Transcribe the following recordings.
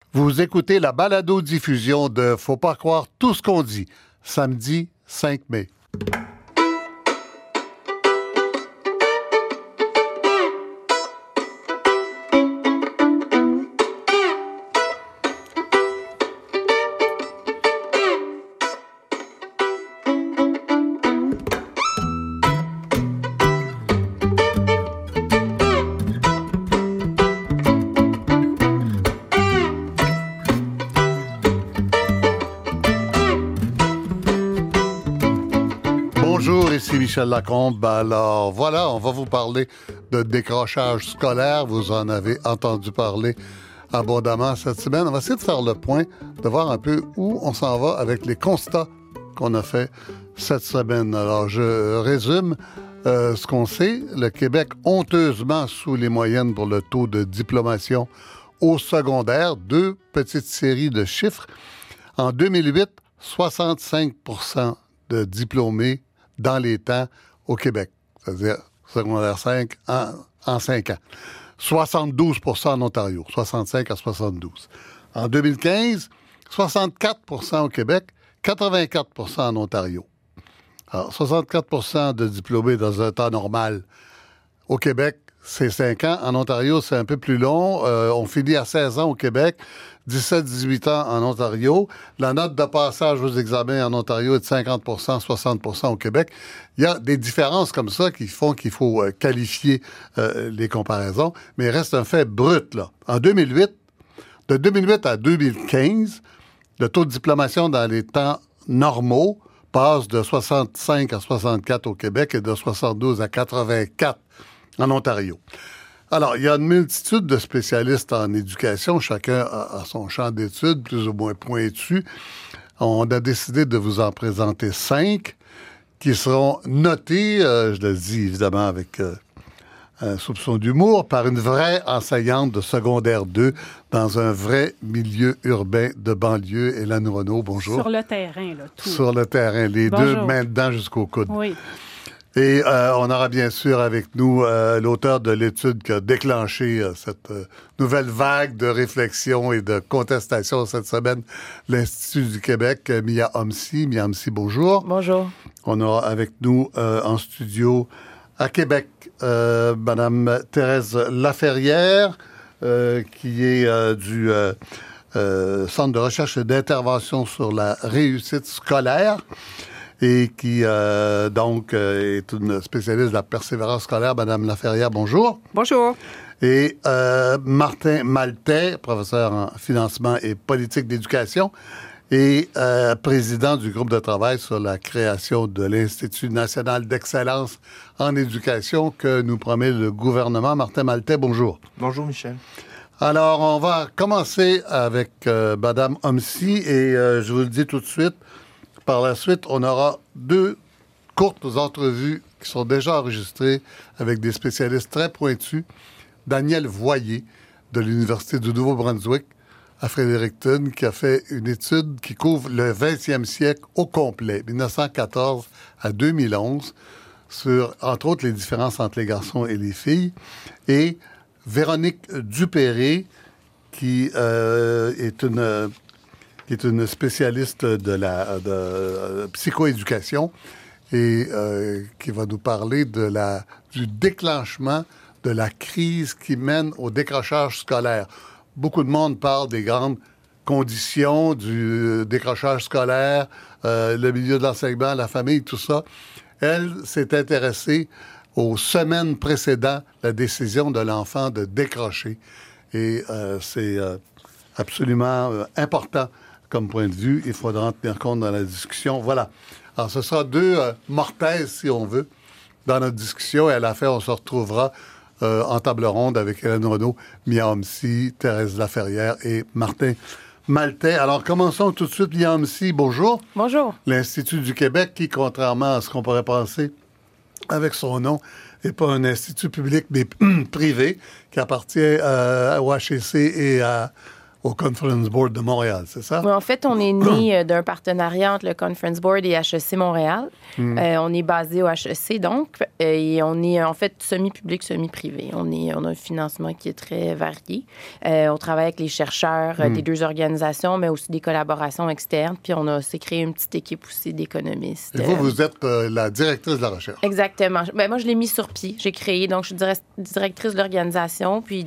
Vous écoutez la balado-diffusion de Faut pas croire tout ce qu'on dit, samedi 5 mai. Ici Michel Lacombe. Alors voilà, on va vous parler de décrochage scolaire. Vous en avez entendu parler abondamment cette semaine. On va essayer de faire le point, de voir un peu où on s'en va avec les constats qu'on a fait cette semaine. Alors je résume ce qu'on sait. Le Québec honteusement sous les moyennes pour le taux de diplomation au secondaire. Deux petites séries de chiffres. En 2008, 65 % de diplômés dans les temps au Québec, c'est-à-dire secondaire 5 en 5 ans. 72 % en Ontario, 65 à 72. En 2015, 64 % au Québec, 84 % en Ontario. Alors, 64 % de diplômés dans un temps normal au Québec, c'est 5 ans. En Ontario, c'est un peu plus long. On finit à 16 ans au Québec, 17-18 ans en Ontario. La note de passage aux examens en Ontario est de 50 % 60 % au Québec. Il y a des différences comme ça qui font qu'il faut qualifier les comparaisons, mais il reste un fait brut, là. En 2008, de 2008 à 2015, le taux de diplomation dans les temps normaux passe de 65 à 64 au Québec et de 72 à 84 en Ontario. Alors, il y a une multitude de spécialistes en éducation. Chacun a son champ d'études, plus ou moins pointu. On a décidé de vous en présenter 5 qui seront notés, je le dis évidemment avec un soupçon d'humour, par une vraie enseignante de secondaire 2 dans un vrai milieu urbain de banlieue. Hélène Renaud, bonjour. Sur le terrain, là, tout. Sur le terrain, les Bonjour. deux mains dedans jusqu'au coude. Oui. Et on aura bien sûr avec nous l'auteur de l'étude qui a déclenché cette nouvelle vague de réflexion et de contestation cette semaine, l'Institut du Québec, Mia Homsi. Mia Homsi, bonjour. Bonjour. On aura avec nous en studio à Québec Madame Thérèse Laferrière, qui est du Centre de recherche et d'intervention sur la réussite scolaire, et qui, donc, est une spécialiste de la persévérance scolaire. Madame Laferrière, bonjour. Bonjour. Et Martin Maltais, professeur en financement et politique d'éducation, et président du groupe de travail sur la création de l'Institut national d'excellence en éducation que nous promet le gouvernement. Martin Maltais, bonjour. Bonjour, Michel. Alors, on va commencer avec Madame Homsi, et je vous le dis tout de suite, par la suite, on aura 2 courtes entrevues qui sont déjà enregistrées avec des spécialistes très pointus. Daniel Voyer, de l'Université du Nouveau-Brunswick, à Fredericton, qui a fait une étude qui couvre le 20e siècle au complet, 1914 à 2011, sur, entre autres, les différences entre les garçons et les filles. Et Véronique Dupéré, qui est une spécialiste de la psychoéducation et qui va nous parler du déclenchement de la crise qui mène au décrochage scolaire. Beaucoup de monde parle des grandes conditions du décrochage scolaire, le milieu de l'enseignement, la famille, tout ça. Elle s'est intéressée aux semaines précédant la décision de l'enfant de décrocher. Et c'est absolument important comme point de vue. Il faudra en tenir compte dans la discussion. Voilà. Alors, ce sera 2 mortaises, si on veut, dans notre discussion. Et à la fin, on se retrouvera en table ronde avec Hélène Renaud, Mia Homsi, Thérèse Laferrière et Martin Maltais. Alors, commençons tout de suite. Mia Homsi, bonjour. Bonjour. L'Institut du Québec, qui, contrairement à ce qu'on pourrait penser avec son nom, n'est pas un institut public, mais privé, qui appartient au HEC et au Conference Board de Montréal, c'est ça? En fait, on est né d'un partenariat entre le Conference Board et HEC Montréal. On est basé au HEC, donc, et on est en fait semi-public, semi-privé. On a un financement qui est très varié. On travaille avec les chercheurs des deux organisations, mais aussi des collaborations externes. Puis on a aussi créé une petite équipe aussi d'économistes. Et vous êtes la directrice de la recherche. Exactement. Moi, je l'ai mis sur pied. J'ai créé, donc je suis directrice de l'organisation, puis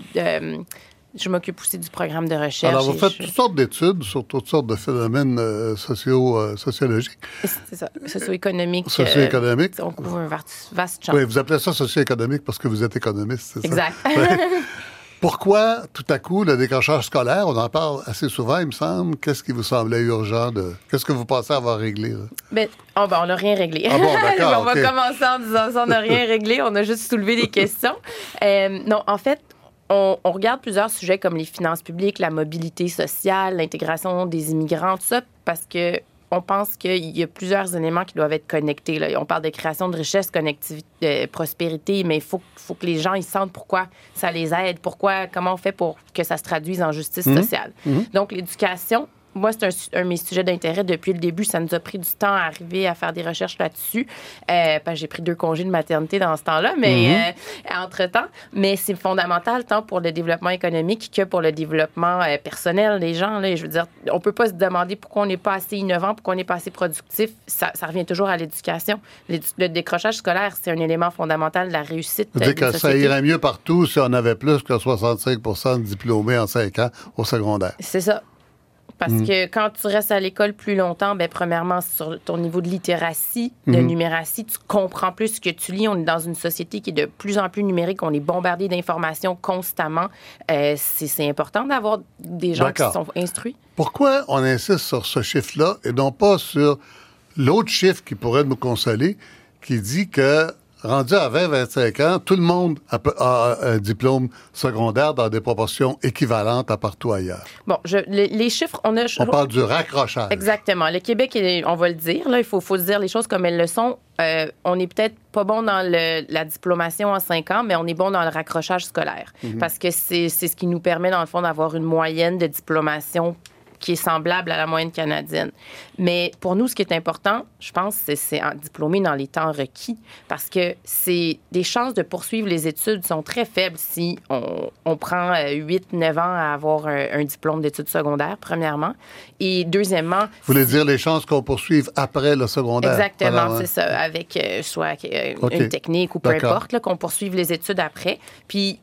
je m'occupe aussi du programme de recherche. Alors, vous faites toutes sortes d'études sur toutes sortes de phénomènes sociologiques. C'est ça, socio-économiques. Socio-économiques. On couvre un vaste champ. Oui, vous appelez ça socio-économique parce que vous êtes économiste, c'est exact. ça? Exact. Pourquoi, tout à coup, le décrochage scolaire? On en parle assez souvent, il me semble. Qu'est-ce qui vous semblait urgent? Qu'est-ce que vous pensez avoir réglé? On n'a rien réglé. Ah bon, d'accord. On va commencer en disant ça, on n'a rien réglé. On a juste soulevé des questions. Non, en fait, on regarde plusieurs sujets comme les finances publiques, la mobilité sociale, l'intégration des immigrants, tout ça, parce que on pense qu'il y a plusieurs éléments qui doivent être connectés. Là. On parle de création de richesse, connectivité, prospérité, mais il faut que les gens ils sentent pourquoi ça les aide, comment on fait pour que ça se traduise en justice sociale. Donc, l'éducation, moi, c'est un de mes sujets d'intérêt depuis le début. Ça nous a pris du temps à arriver à faire des recherches là-dessus. Parce que j'ai pris 2 congés de maternité dans ce temps-là, mais entre-temps. Mais c'est fondamental tant pour le développement économique que pour le développement personnel des gens. Là. Je veux dire, on peut pas se demander pourquoi on n'est pas assez innovant, pourquoi on n'est pas assez productif. Ça revient toujours à l'éducation. Le décrochage scolaire, c'est un élément fondamental de la réussite. Vous que ça irait mieux partout si on avait plus que 65 de diplômés en 5 ans au secondaire. C'est ça. Parce que quand tu restes à l'école plus longtemps, premièrement, sur ton niveau de littératie, de numératie, tu comprends plus ce que tu lis. On est dans une société qui est de plus en plus numérique. On est bombardé d'informations constamment. C'est important d'avoir des gens qui sont instruits. Pourquoi on insiste sur ce chiffre-là et non pas sur l'autre chiffre qui pourrait nous consoler, qui dit que rendu à 20-25 ans, tout le monde a un diplôme secondaire dans des proportions équivalentes à partout ailleurs. Bon, les chiffres, on parle du raccrochage. Exactement. Le Québec, on va le dire, là, il faut dire les choses comme elles le sont. On n'est peut-être pas bon dans la diplomation en 5 ans, mais on est bon dans le raccrochage scolaire. Parce que c'est ce qui nous permet, dans le fond, d'avoir une moyenne de diplomation qui est semblable à la moyenne canadienne. Mais pour nous, ce qui est important, je pense, c'est diplômer dans les temps requis parce que des chances de poursuivre les études sont très faibles si on prend 8-9 ans à avoir un diplôme d'études secondaires, premièrement. Et deuxièmement... Vous voulez dire les chances qu'on poursuive après le secondaire? Exactement, c'est ça, avec soit une technique ou peu importe, là, qu'on poursuive les études après. Puis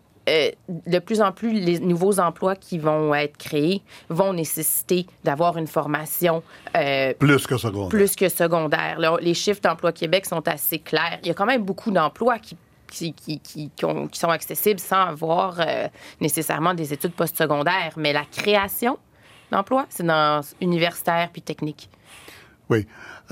de plus en plus, les nouveaux emplois qui vont être créés vont nécessiter d'avoir une formation plus que secondaire. Plus que secondaire. Là, les chiffres d'Emploi Québec sont assez clairs. Il y a quand même beaucoup d'emplois qui sont accessibles sans avoir nécessairement des études postsecondaires. Mais la création d'emplois, c'est dans universitaire puis technique. Oui.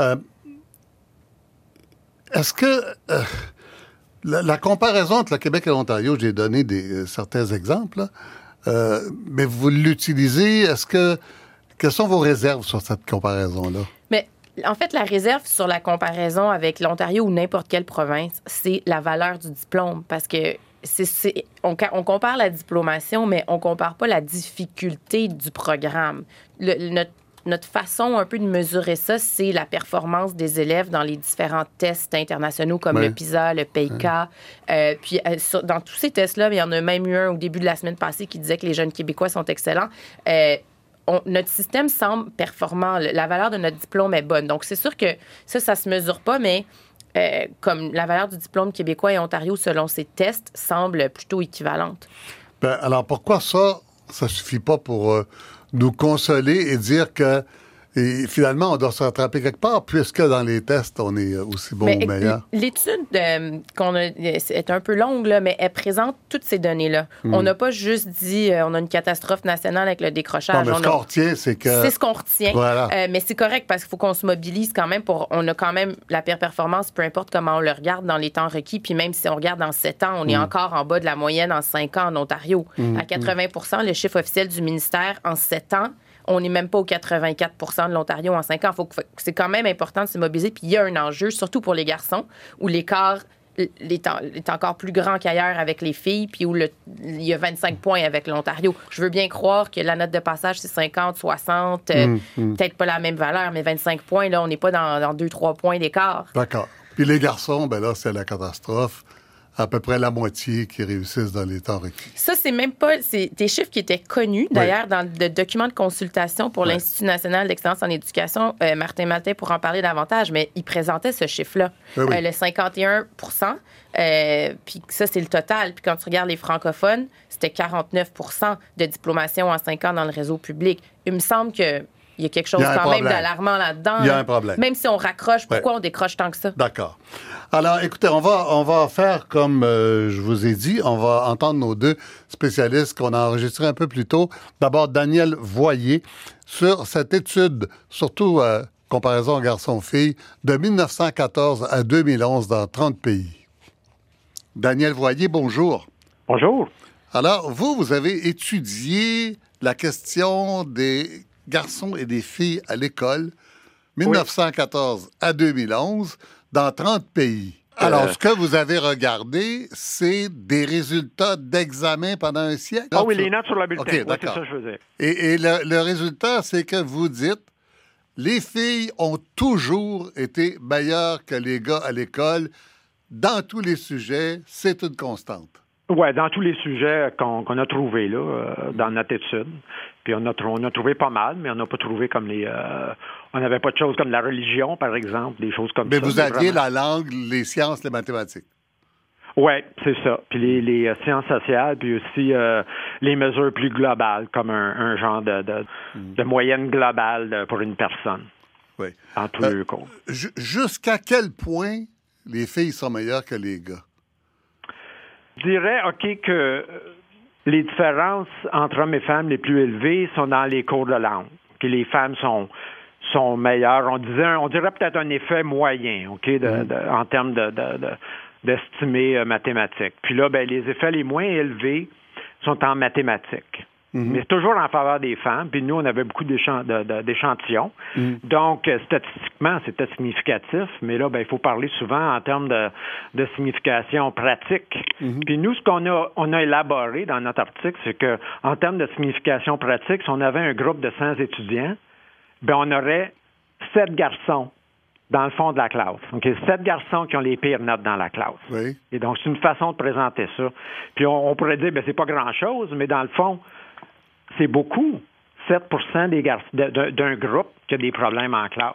Est-ce que... La comparaison entre le Québec et l'Ontario, j'ai donné certains exemples, mais vous l'utilisez. Quelles sont vos réserves sur cette comparaison-là? Mais en fait, la réserve sur la comparaison avec l'Ontario ou n'importe quelle province, c'est la valeur du diplôme. Parce que on compare la diplomation, mais on compare pas la difficulté du programme. Notre façon un peu de mesurer ça, c'est la performance des élèves dans les différents tests internationaux comme le PISA, le PIK. Puis dans tous ces tests-là, il y en a même eu un au début de la semaine passée qui disait que les jeunes Québécois sont excellents. Notre système semble performant. La valeur de notre diplôme est bonne. Donc, c'est sûr que ça se mesure pas, mais comme la valeur du diplôme québécois et Ontario, selon ces tests, semble plutôt équivalente. Alors, pourquoi ça suffit pas pour... nous consoler et dire que finalement, on doit se rattraper quelque part, puisque dans les tests, on est aussi bon ou meilleur. L'étude qu'on a est un peu longue, là, mais elle présente toutes ces données-là. On n'a pas juste dit on a une catastrophe nationale avec le décrochage. Non, mais ce qu'on retient, c'est que... C'est ce qu'on retient. Voilà. Mais c'est correct parce qu'il faut qu'on se mobilise quand même on a quand même la pire performance, peu importe comment on le regarde dans les temps requis. Puis même si on regarde dans 7 ans, on est encore en bas de la moyenne en 5 ans en Ontario. À 80 le chiffre officiel du ministère en 7 ans, on n'est même pas aux 84 de l'Ontario en 5 ans. C'est quand même important de se mobiliser. Puis il y a un enjeu, surtout pour les garçons, où l'écart est encore plus grand qu'ailleurs avec les filles, puis où il y a 25 points avec l'Ontario. Je veux bien croire que la note de passage, c'est 50, 60, peut-être pas la même valeur, mais 25 points, là, on n'est pas dans 2-3 points d'écart. D'accord. Puis les garçons, ben là, c'est la catastrophe. À peu près la moitié qui réussissent dans les temps requis. Ça, c'est même pas... C'est des chiffres qui étaient connus, d'ailleurs, dans le document de consultation pour l'Institut national d'excellence en éducation. Martin Maltais pourra en parler davantage, mais il présentait ce chiffre-là. Le 51 puis ça, c'est le total. Puis quand tu regardes les francophones, c'était 49 de diplomation en 5 ans dans le réseau public. Il me semble que... Il y a quelque chose quand même d'alarmant là-dedans. Il y a un problème. Même si on raccroche, pourquoi on décroche tant que ça? D'accord. Alors, écoutez, on va faire comme je vous ai dit. On va entendre nos deux spécialistes qu'on a enregistrés un peu plus tôt. D'abord, Daniel Voyer, sur cette étude, surtout comparaison garçons-filles, de 1914 à 2011 dans 30 pays. Daniel Voyer, bonjour. Bonjour. Alors, vous avez étudié la question des garçons et des filles à l'école, 1914 à 2011, dans 30 pays. Alors, ce que vous avez regardé, c'est des résultats d'examen pendant un siècle? Ah oui, les notes sur le bulletin. Okay, c'est ça que je faisais. Et le résultat, c'est que vous dites, les filles ont toujours été meilleures que les gars à l'école dans tous les sujets. C'est une constante. Oui, dans tous les sujets qu'on a trouvés là, dans notre étude. Puis on a trouvé pas mal, mais on n'a pas trouvé comme on n'avait pas de choses comme la religion, par exemple, des choses comme ça. Mais vous aviez la langue, les sciences, les mathématiques. Oui, c'est ça. Puis les sciences sociales, puis aussi les mesures plus globales, comme un genre de moyenne globale pour une personne. Oui. En tous les cours. Jusqu'à quel point les filles sont meilleures que les gars? Je dirais, OK, que les différences entre hommes et femmes les plus élevées sont dans les cours de langue. Que les femmes sont meilleures. On dirait peut-être un effet moyen, OK, en termes d'estimés mathématiques. Puis là, ben, les effets les moins élevés sont en mathématiques. Mais c'est toujours en faveur des femmes. Puis nous, on avait beaucoup d'échantillons. Donc, statistiquement, c'était significatif. Mais là, ben, il faut parler souvent en termes de signification pratique. Puis nous, ce qu'on a élaboré dans notre article, c'est que en termes de signification pratique, si on avait un groupe de 100 étudiants, ben on aurait 7 garçons dans le fond de la classe. Donc, 7 garçons qui ont les pires notes dans la classe. Oui. Et donc, c'est une façon de présenter ça. Puis on pourrait dire, ben c'est pas grand-chose, mais dans le fond, c'est beaucoup. 7 des garçons d'un groupe qui a des problèmes en classe.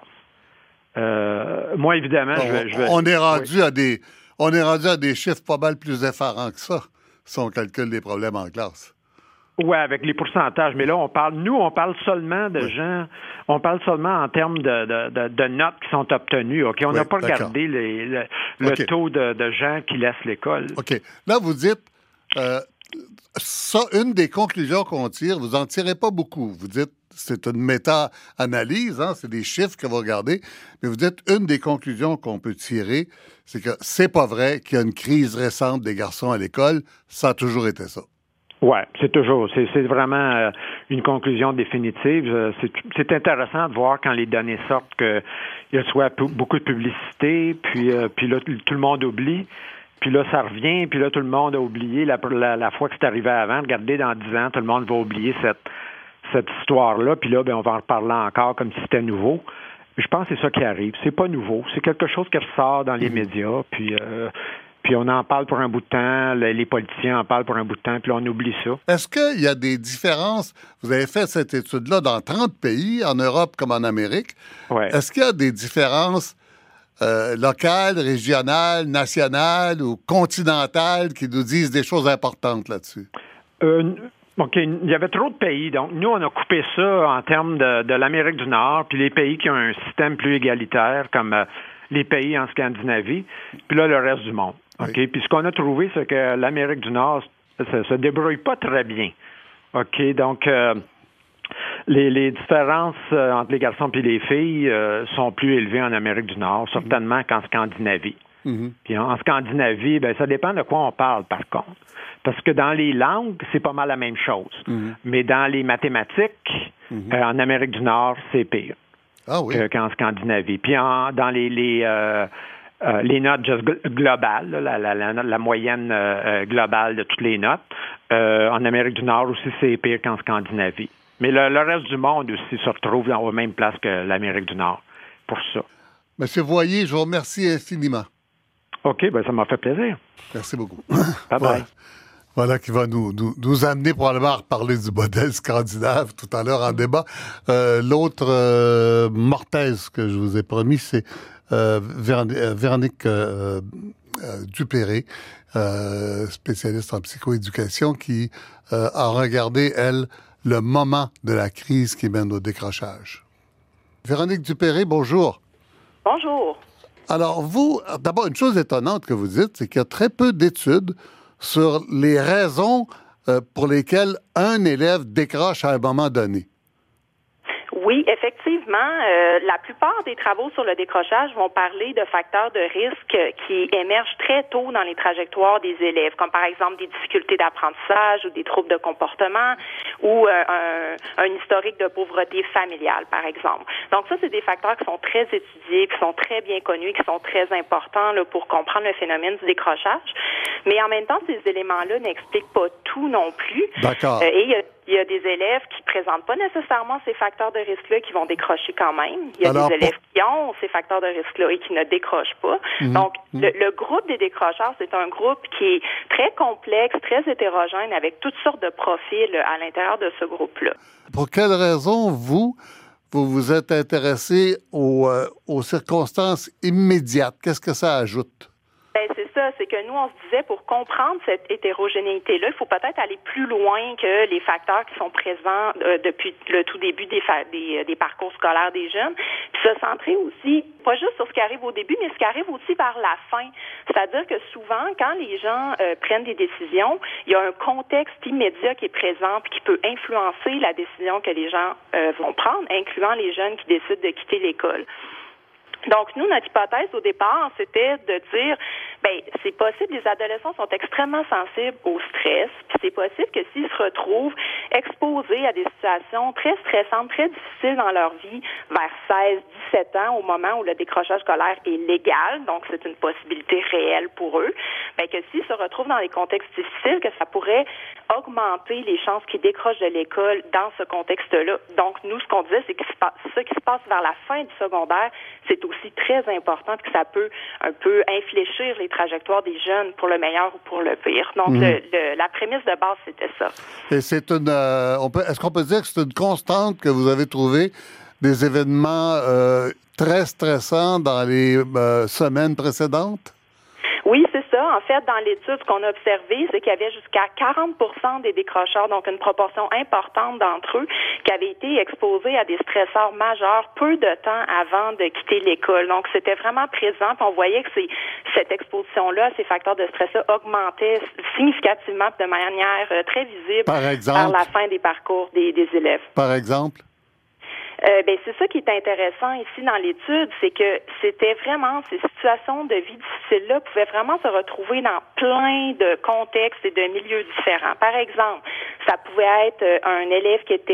Moi, évidemment, on est rendu à des chiffres pas mal plus effarants que ça, si on calcule les problèmes en classe. Oui, avec les pourcentages. Mais là, on parle seulement de gens, on parle seulement en termes de notes qui sont obtenues. OK? On n'a pas regardé le taux de gens qui laissent l'école. OK. Là, vous dites, ça, une des conclusions qu'on tire, vous n'en tirez pas beaucoup. Vous dites, c'est une méta-analyse, hein, c'est des chiffres que vous regardez, mais vous dites, une des conclusions qu'on peut tirer, c'est que c'est pas vrai qu'il y a une crise récente des garçons à l'école. Ça a toujours été ça. Oui, c'est vraiment une conclusion définitive. C'est intéressant de voir quand les données sortent qu'il y a soit beaucoup de publicité, puis là, tout le monde oublie. Puis là, ça revient, puis là, tout le monde a oublié la fois que c'est arrivé avant. Regardez, dans 10 ans, tout le monde va oublier cette histoire-là. Puis là, ben, on va en reparler encore comme si c'était nouveau. Je pense que c'est ça qui arrive. C'est pas nouveau. C'est quelque chose qui ressort dans les médias. Puis on en parle pour un bout de temps. Les politiciens en parlent pour un bout de temps. Puis là, on oublie ça. Est-ce qu'il y a des différences? Vous avez fait cette étude-là dans 30 pays, en Europe comme en Amérique. Ouais. Est-ce qu'il y a des différences locales, régionales, nationales ou continentales qui nous disent des choses importantes là-dessus? OK. Il y avait trop de pays. Donc, nous, on a coupé ça en termes de l'Amérique du Nord, puis les pays qui ont un système plus égalitaire, comme les pays en Scandinavie, puis là, le reste du monde. OK? Oui. Puis ce qu'on a trouvé, c'est que l'Amérique du Nord se débrouille pas très bien. OK? Donc, les différences entre les garçons et les filles sont plus élevées en Amérique du Nord, certainement qu'en Scandinavie. Puis en Scandinavie, ben ça dépend de quoi on parle, par contre. Parce que dans les langues, c'est pas mal la même chose. Mais dans les mathématiques, en Amérique du Nord, c'est pire qu'en Scandinavie. Puis dans les notes juste globales, là, la moyenne globale de toutes les notes. En Amérique du Nord aussi, c'est pire qu'en Scandinavie. Mais le reste du monde aussi se retrouve dans la même place que l'Amérique du Nord pour ça. Monsieur Voyer, je vous remercie infiniment. OK, ben ça m'a fait plaisir. Merci beaucoup. Bye-bye. Voilà qui va nous amener probablement à reparler du modèle scandinave tout à l'heure en débat. L'autre mortaise que je vous ai promis, c'est Véronique Dupéré, spécialiste en psychoéducation, qui a regardé, elle, le moment de la crise qui mène au décrochage. Véronique Dupéré, bonjour. Bonjour. Alors, vous, d'abord, une chose étonnante que vous dites, c'est qu'il y a très peu d'études sur les raisons pour lesquelles un élève décroche à un moment donné. Oui, effectivement, la plupart des travaux sur le décrochage vont parler de facteurs de risque qui émergent très tôt dans les trajectoires des élèves, comme par exemple des difficultés d'apprentissage ou des troubles de comportement ou un historique de pauvreté familiale, par exemple. Donc ça, c'est des facteurs qui sont très étudiés, qui sont très bien connus, qui sont très importants là, pour comprendre le phénomène du décrochage. Mais en même temps, ces éléments-là n'expliquent pas tout non plus. D'accord. Et il y a des élèves qui présentent pas nécessairement ces facteurs de risque-là qui vont décrocher quand même. Il y a des élèves qui ont ces facteurs de risque-là et qui ne décrochent pas. Donc, le groupe des décrocheurs, c'est un groupe qui est très complexe, très hétérogène, avec toutes sortes de profils à l'intérieur de ce groupe-là. Pour quelles raisons, vous vous êtes intéressé aux circonstances immédiates? Qu'est-ce que ça ajoute? Ben, c'est ça, c'est que nous, on se disait, pour comprendre cette hétérogénéité-là, il faut peut-être aller plus loin que les facteurs qui sont présents depuis le tout début des parcours scolaires des jeunes, puis se centrer aussi, pas juste sur ce qui arrive au début, mais ce qui arrive aussi vers la fin. C'est-à-dire que souvent, quand les gens prennent des décisions, il y a un contexte immédiat qui est présent puis qui peut influencer la décision que les gens vont prendre, incluant les jeunes qui décident de quitter l'école. Donc, nous, notre hypothèse au départ, c'était de dire, ben, c'est possible, les adolescents sont extrêmement sensibles au stress, puis c'est possible que s'ils se retrouvent exposés à des situations très stressantes, très difficiles dans leur vie, vers 16-17 ans, au moment où le décrochage scolaire est légal, donc c'est une possibilité réelle pour eux, ben, que s'ils se retrouvent dans des contextes difficiles, que ça pourrait augmenter les chances qu'ils décrochent de l'école dans ce contexte-là. Donc, nous, ce qu'on disait, c'est que ce qui se passe vers la fin du secondaire, c'est aussi très important que ça peut un peu infléchir les trajectoires des jeunes pour le meilleur ou pour le pire. Donc, la prémisse de base, c'était ça. Et c'est est-ce qu'on peut dire que c'est une constante que vous avez trouvée des événements très stressants dans les semaines précédentes? Oui, c'est ça. En fait, dans l'étude, ce qu'on a observé, c'est qu'il y avait jusqu'à 40% des décrocheurs, donc une proportion importante d'entre eux, qui avaient été exposés à des stresseurs majeurs peu de temps avant de quitter l'école. Donc, c'était vraiment présent. Puis on voyait que cette exposition-là, ces facteurs de stress-là, augmentaient significativement de manière très visible vers la fin des parcours des élèves. Par exemple? Ben c'est ça qui est intéressant ici dans l'étude, c'est que c'était vraiment ces situations de vie difficiles-là pouvaient vraiment se retrouver dans plein de contextes et de milieux différents. Par exemple, ça pouvait être un élève qui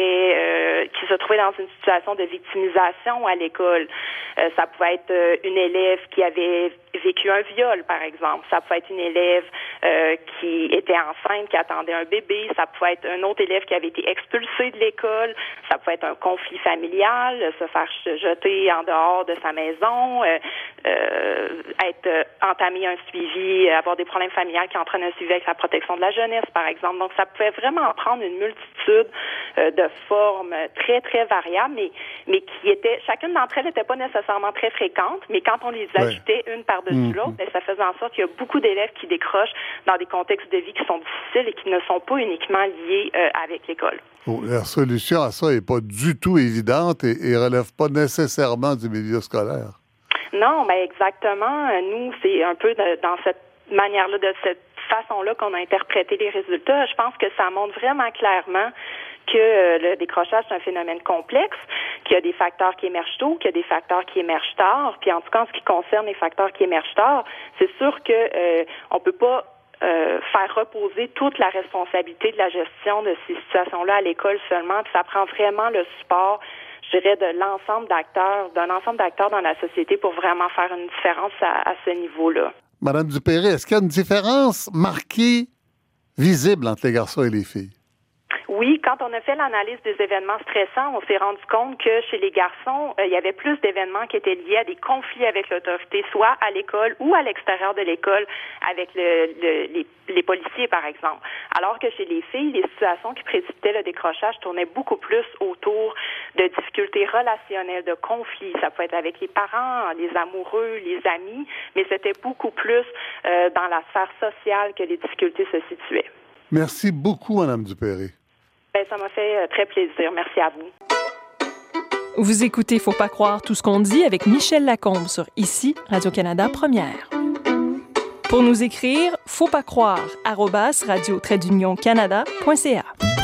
se trouvait dans une situation de victimisation à l'école. Ça pouvait être une élève qui avait vécu un viol, par exemple. Ça pouvait être une élève qui était enceinte, qui attendait un bébé. Ça pouvait être un autre élève qui avait été expulsé de l'école. Ça pouvait être un conflit familial, se faire jeter en dehors de sa maison, entamer un suivi, avoir des problèmes familiaux qui entraînent un suivi avec la protection de la jeunesse, par exemple. Donc, ça pouvait vraiment prendre une multitude de formes très, très variables, mais qui étaient, chacune d'entre elles n'était pas nécessairement très fréquente, mais quand on les ajoutait une par-dessus l'autre, ça faisait en sorte qu'il y a beaucoup d'élèves qui décrochent dans des contextes de vie qui sont difficiles et qui ne sont pas uniquement liés avec l'école. Oh, la solution à ça n'est pas du tout évidente et ne relève pas nécessairement du milieu scolaire. Non, mais exactement. Nous, c'est un peu dans cette manière-là, de cette façon-là qu'on a interprété les résultats. Je pense que ça montre vraiment clairement que le décrochage, c'est un phénomène complexe, qu'il y a des facteurs qui émergent tôt, qu'il y a des facteurs qui émergent tard. Puis en tout cas, en ce qui concerne les facteurs qui émergent tard, c'est sûr que on peut pas faire reposer toute la responsabilité de la gestion de ces situations-là à l'école seulement. Puis ça prend vraiment le support, je dirais, d'un ensemble d'acteurs dans la société pour vraiment faire une différence à ce niveau-là. Madame Dupéré, est-ce qu'il y a une différence marquée, visible entre les garçons et les filles? Oui, quand on a fait l'analyse des événements stressants, on s'est rendu compte que chez les garçons, il y avait plus d'événements qui étaient liés à des conflits avec l'autorité, soit à l'école ou à l'extérieur de l'école avec les policiers, par exemple. Alors que chez les filles, les situations qui précipitaient le décrochage tournaient beaucoup plus autour de difficultés relationnelles, de conflits. Ça peut être avec les parents, les amoureux, les amis, mais c'était beaucoup plus dans la sphère sociale que les difficultés se situaient. Merci beaucoup, Mme Dupéré. Ça m'a fait très plaisir. Merci à vous. Vous écoutez Faut pas croire tout ce qu'on dit avec Michel Lacombe sur ICI, Radio-Canada Première. Pour nous écrire, faut pas croire, @radio-canada.ca.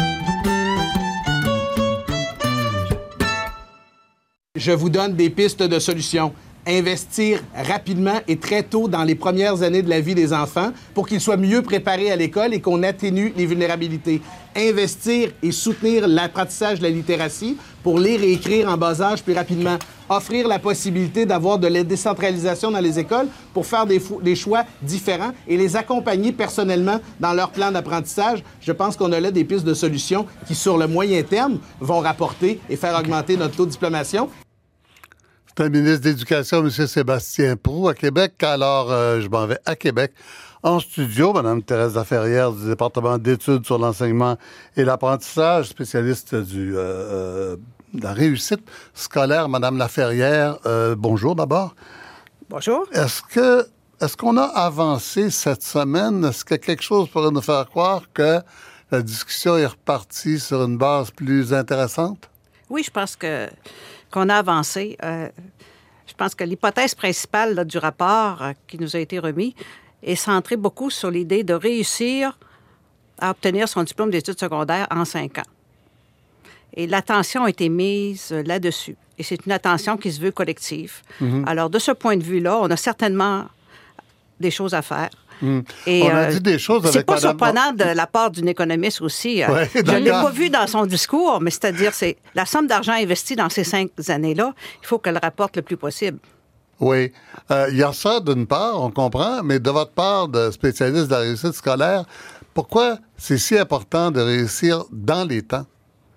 Je vous donne des pistes de solutions. Investir rapidement et très tôt dans les premières années de la vie des enfants pour qu'ils soient mieux préparés à l'école et qu'on atténue les vulnérabilités. Investir et soutenir l'apprentissage de la littératie pour lire et écrire en bas âge plus rapidement. Offrir la possibilité d'avoir de la décentralisation dans les écoles pour faire des choix différents et les accompagner personnellement dans leur plan d'apprentissage. Je pense qu'on a là des pistes de solutions qui, sur le moyen terme, vont rapporter et faire augmenter notre taux de diplomation. C'est un ministre d'Éducation, M. Sébastien Proulx, à Québec. Alors, je m'en vais à Québec. En studio, Mme Thérèse Laferrière du département d'études sur l'enseignement et l'apprentissage, spécialiste de la réussite scolaire. Mme Laferrière, bonjour d'abord. Bonjour. Est-ce qu'on a avancé cette semaine? Est-ce que quelque chose pourrait nous faire croire que la discussion est repartie sur une base plus intéressante? Oui, je pense qu'on a avancé. Je pense que l'hypothèse principale là, du rapport qui nous a été remis est centrée beaucoup sur l'idée de réussir à obtenir son diplôme d'études secondaires en 5 ans. Et l'attention a été mise là-dessus. Et c'est une attention qui se veut collective. Mm-hmm. Alors, de ce point de vue-là, on a certainement des choses à faire. Et, on a dit des choses avec c'est pas surprenant de la part d'une économiste aussi. Ouais, je ne l'ai pas vu dans son discours, mais c'est-à-dire c'est la somme d'argent investie dans ces 5 années-là, il faut qu'elle rapporte le plus possible. Oui. Il y a ça d'une part, on comprend, mais de votre part, de spécialiste de la réussite scolaire, pourquoi c'est si important de réussir dans les temps?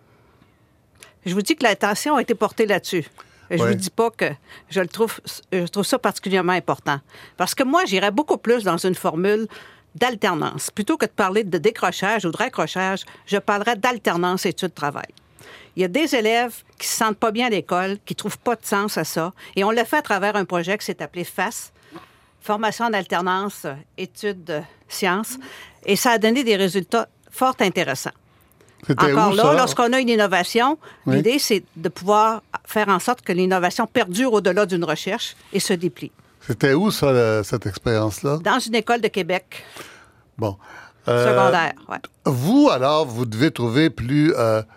Je vous dis que l'attention a été portée là-dessus. Je ne vous dis pas que je trouve ça particulièrement important. Parce que moi, j'irais beaucoup plus dans une formule d'alternance. Plutôt que de parler de décrochage ou de raccrochage, je parlerais d'alternance études-travail. Il y a des élèves qui ne se sentent pas bien à l'école, qui ne trouvent pas de sens à ça. Et on l'a fait à travers un projet qui s'est appelé FAS, Formation en alternance, études, sciences. Et ça a donné des résultats fort intéressants. C'était encore où, là, ça? lorsqu'on a une innovation, l'idée, c'est de pouvoir faire en sorte que l'innovation perdure au-delà d'une recherche et se déplie. C'était où, ça, cette expérience-là? Dans une école de Québec. Bon. Secondaire, oui. Vous, alors, vous devez trouver plus,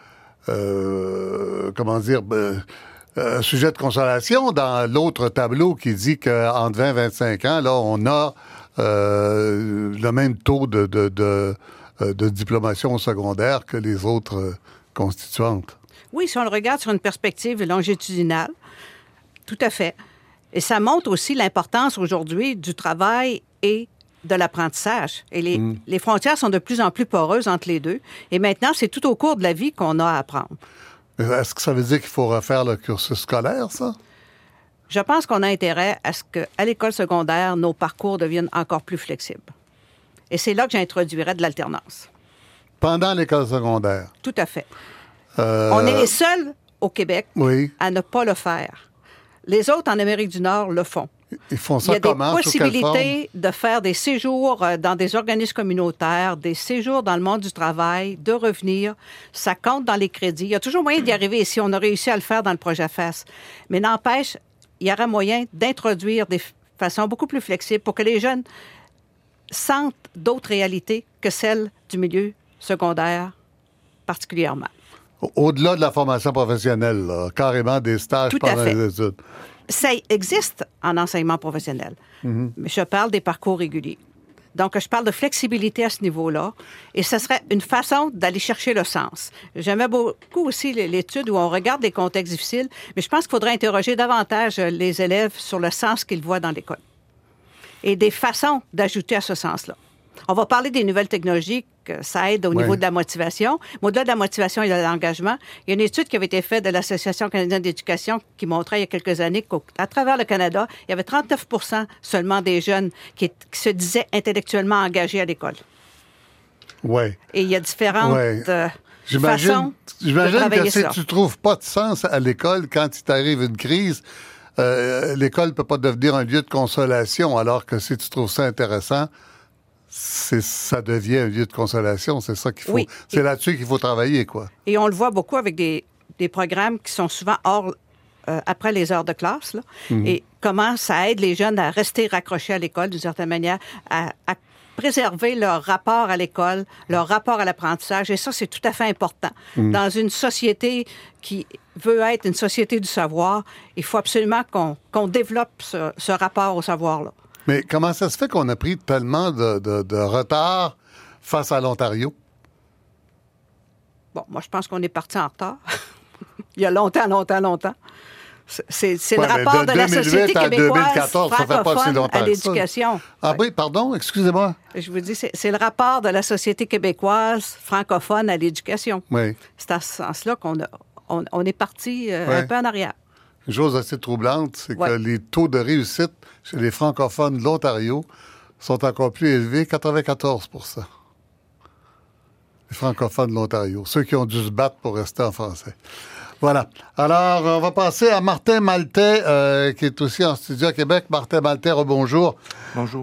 sujet de consolation dans l'autre tableau qui dit qu'entre 20 et 25 ans, là, on a le même taux de diplomation au secondaire que les autres constituantes. Oui, si on le regarde sur une perspective longitudinale, tout à fait. Et ça montre aussi l'importance aujourd'hui du travail et de l'apprentissage. Et les frontières sont de plus en plus poreuses entre les deux. Et maintenant, c'est tout au cours de la vie qu'on a à apprendre. Est-ce que ça veut dire qu'il faut refaire le cursus scolaire, ça? Je pense qu'on a intérêt à ce qu'à l'école secondaire, nos parcours deviennent encore plus flexibles. Et c'est là que j'introduirais de l'alternance. Pendant l'école secondaire? Tout à fait. On est les seuls au Québec à ne pas le faire. Les autres en Amérique du Nord le font. Ils font ça comment? Il y a des possibilités de faire des séjours dans des organismes communautaires, des séjours dans le monde du travail, de revenir. Ça compte dans les crédits. Il y a toujours moyen d'y arriver si on a réussi à le faire dans le projet FAS. Mais n'empêche, il y aura moyen d'introduire des façons beaucoup plus flexibles pour que les jeunes sentent d'autres réalités que celles du milieu secondaire particulièrement. Au-delà de la formation professionnelle, là, carrément des stages pendant les études. Ça existe en enseignement professionnel. Mais je parle des parcours réguliers. Donc, je parle de flexibilité à ce niveau-là. Et ce serait une façon d'aller chercher le sens. J'aimais beaucoup aussi l'étude où on regarde des contextes difficiles, mais je pense qu'il faudrait interroger davantage les élèves sur le sens qu'ils voient dans l'école et des façons d'ajouter à ce sens-là. On va parler des nouvelles technologies, que ça aide au niveau de la motivation. Mais au-delà de la motivation, il y a l'engagement. Il y a une étude qui avait été faite de l'Association canadienne d'éducation qui montrait il y a quelques années qu'à travers le Canada, il y avait 39 % seulement des jeunes qui se disaient intellectuellement engagés à l'école. Oui. Et il y a différentes façons de travailler que si ça. tu trouves pas de sens à l'école, quand il t'arrive une crise, l'école ne peut pas devenir un lieu de consolation, alors que si tu trouves ça intéressant, ça devient un lieu de consolation. C'est ça qu'il faut. Oui. C'est là-dessus qu'il faut travailler, quoi. Et on le voit beaucoup avec des programmes qui sont souvent après les heures de classe. Là. Et comment ça aide les jeunes à rester raccrochés à l'école, d'une certaine manière, à préserver leur rapport à l'école, leur rapport à l'apprentissage. Et ça, c'est tout à fait important. Dans une société qui veut être une société du savoir, il faut absolument qu'on développe ce rapport au savoir-là. Mais comment ça se fait qu'on a pris tellement de retard face à l'Ontario? Bon, moi, je pense qu'on est parti en retard. Il y a longtemps. C'est le rapport de la société québécoise 2014, ça fait pas si longtemps à l'éducation. Ah oui, pardon, excusez-moi. Je vous dis, c'est le rapport de la société québécoise francophone à l'éducation. Oui. C'est à ce sens-là qu'on est parti un peu en arrière. Une chose assez troublante, c'est que les taux de réussite chez les francophones de l'Ontario sont encore plus élevés, 94 %. Les francophones de l'Ontario, ceux qui ont dû se battre pour rester en français. Voilà. Alors, on va passer à Martin Maltais, qui est aussi en studio à Québec. Martin Maltais, rebonjour. Bonjour.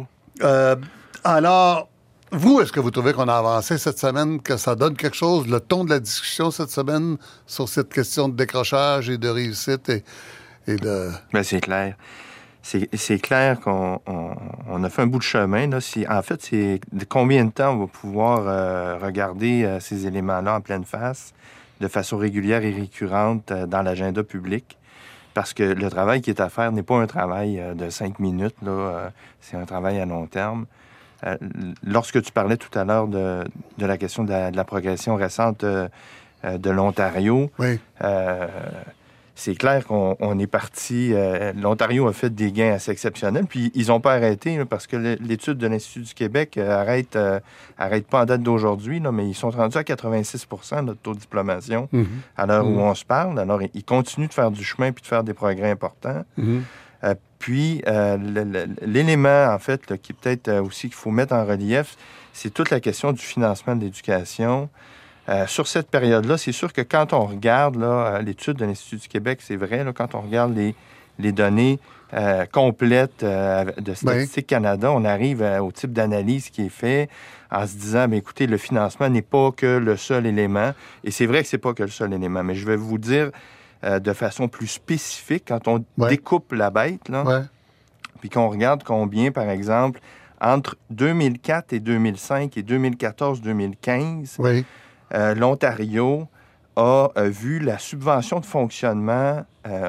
Alors, vous, est-ce que vous trouvez qu'on a avancé cette semaine, que ça donne quelque chose, le ton de la discussion cette semaine sur cette question de décrochage et de réussite et de... Bien, c'est clair. C'est clair qu'on a fait un bout de chemin. Là. En fait, c'est de combien de temps on va pouvoir regarder ces éléments-là en pleine face, de façon régulière et récurrente dans l'agenda public. Parce que le travail qui est à faire n'est pas un travail de 5 minutes. Là, c'est un travail à long terme. Lorsque tu parlais tout à l'heure de la question de la progression récente de l'Ontario, oui. C'est clair qu'on est parti... L'Ontario a fait des gains assez exceptionnels, puis ils n'ont pas arrêté, là, parce que l'étude de l'Institut du Québec arrête pas en date d'aujourd'hui, là, mais ils sont rendus à 86 % notre taux de diplomation à l'heure où on se parle. Alors, ils continuent de faire du chemin puis de faire des progrès importants. Puis, l'élément, en fait, là, qui peut-être aussi qu'il faut mettre en relief, c'est toute la question du financement de l'éducation. Sur cette période-là, c'est sûr que quand on regarde l'étude de l'Institut du Québec, c'est vrai, là, quand on regarde les données complètes de Statistique Canada, on arrive au type d'analyse qui est fait en se disant, bien, écoutez, le financement n'est pas que le seul élément. Et c'est vrai que c'est pas que le seul élément. Mais je vais vous dire de façon plus spécifique, quand on découpe la bête, là, puis qu'on regarde combien, par exemple, entre 2004 et 2005 et 2014-2015... l'Ontario a vu la subvention de fonctionnement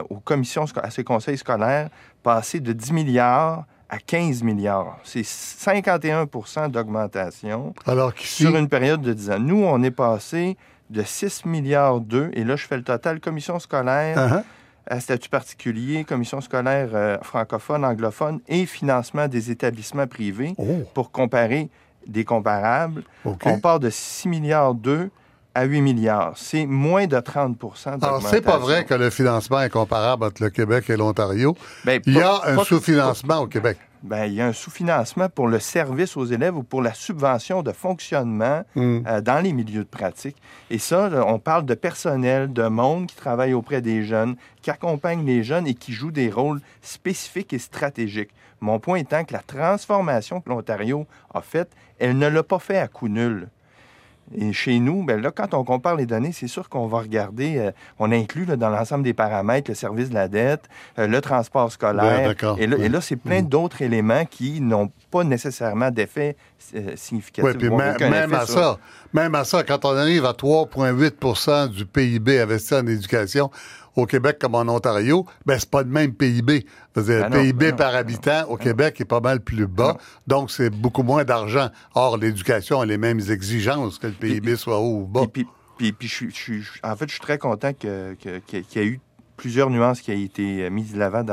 à ses conseils scolaires passer de 10 milliards à 15 milliards. C'est 51 % d'augmentation sur une période de 10 ans. Nous, on est passé de 6 milliards 2, et là, je fais le total, commission scolaire, à statut particulier, commission scolaire francophone, anglophone et financement des établissements privés pour comparer des comparables. On part de 6 milliards 2 à 8 milliards. C'est moins de 30 % d'augmentation. Alors, c'est pas vrai que le financement est comparable entre le Québec et l'Ontario. Il y a un sous-financement au Québec. Bien, il y a un sous-financement pour le service aux élèves ou pour la subvention de fonctionnement dans les milieux de pratique. Et ça, là, on parle de personnel, de monde qui travaille auprès des jeunes, qui accompagne les jeunes et qui joue des rôles spécifiques et stratégiques. Mon point étant que la transformation que l'Ontario a faite, elle ne l'a pas fait à coup nul. Et chez nous, bien là, quand on compare les données, c'est sûr qu'on va regarder, on inclut là, dans l'ensemble des paramètres le service de la dette, le transport scolaire. Et là, c'est plein d'autres éléments qui n'ont pas nécessairement d'effet significatif. Oui, puis même à ça, quand on arrive à 3,8 % du PIB investi en éducation, au Québec comme en Ontario, ben c'est pas le même PIB. Le PIB par habitant au Québec est pas mal plus bas, donc c'est beaucoup moins d'argent. Or, l'éducation a les mêmes exigences que le PIB soit haut ou bas. Puis je suis très content qu'il y ait eu plusieurs nuances qui ont été mises de l'avant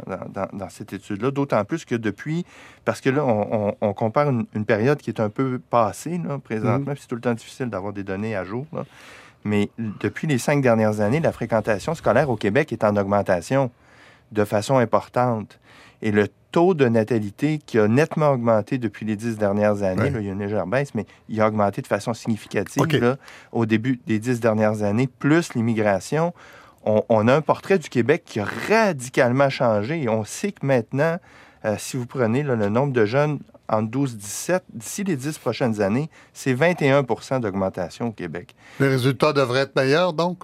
dans cette étude-là, d'autant plus que parce que là, on compare une période qui est un peu passée, là, présentement, puis c'est tout le temps difficile d'avoir des données à jour, là. Mais depuis les 5 dernières années, la fréquentation scolaire au Québec est en augmentation de façon importante. Et le taux de natalité qui a nettement augmenté depuis les 10 dernières années, là, il y a une légère baisse, mais il a augmenté de façon significative là, au début des 10 dernières années, plus l'immigration. On a un portrait du Québec qui a radicalement changé. Et on sait que maintenant, si vous prenez là, le nombre de jeunes entre 12 et 17, d'ici les 10 prochaines années, c'est 21 % d'augmentation au Québec. Les résultats devraient être meilleurs, donc?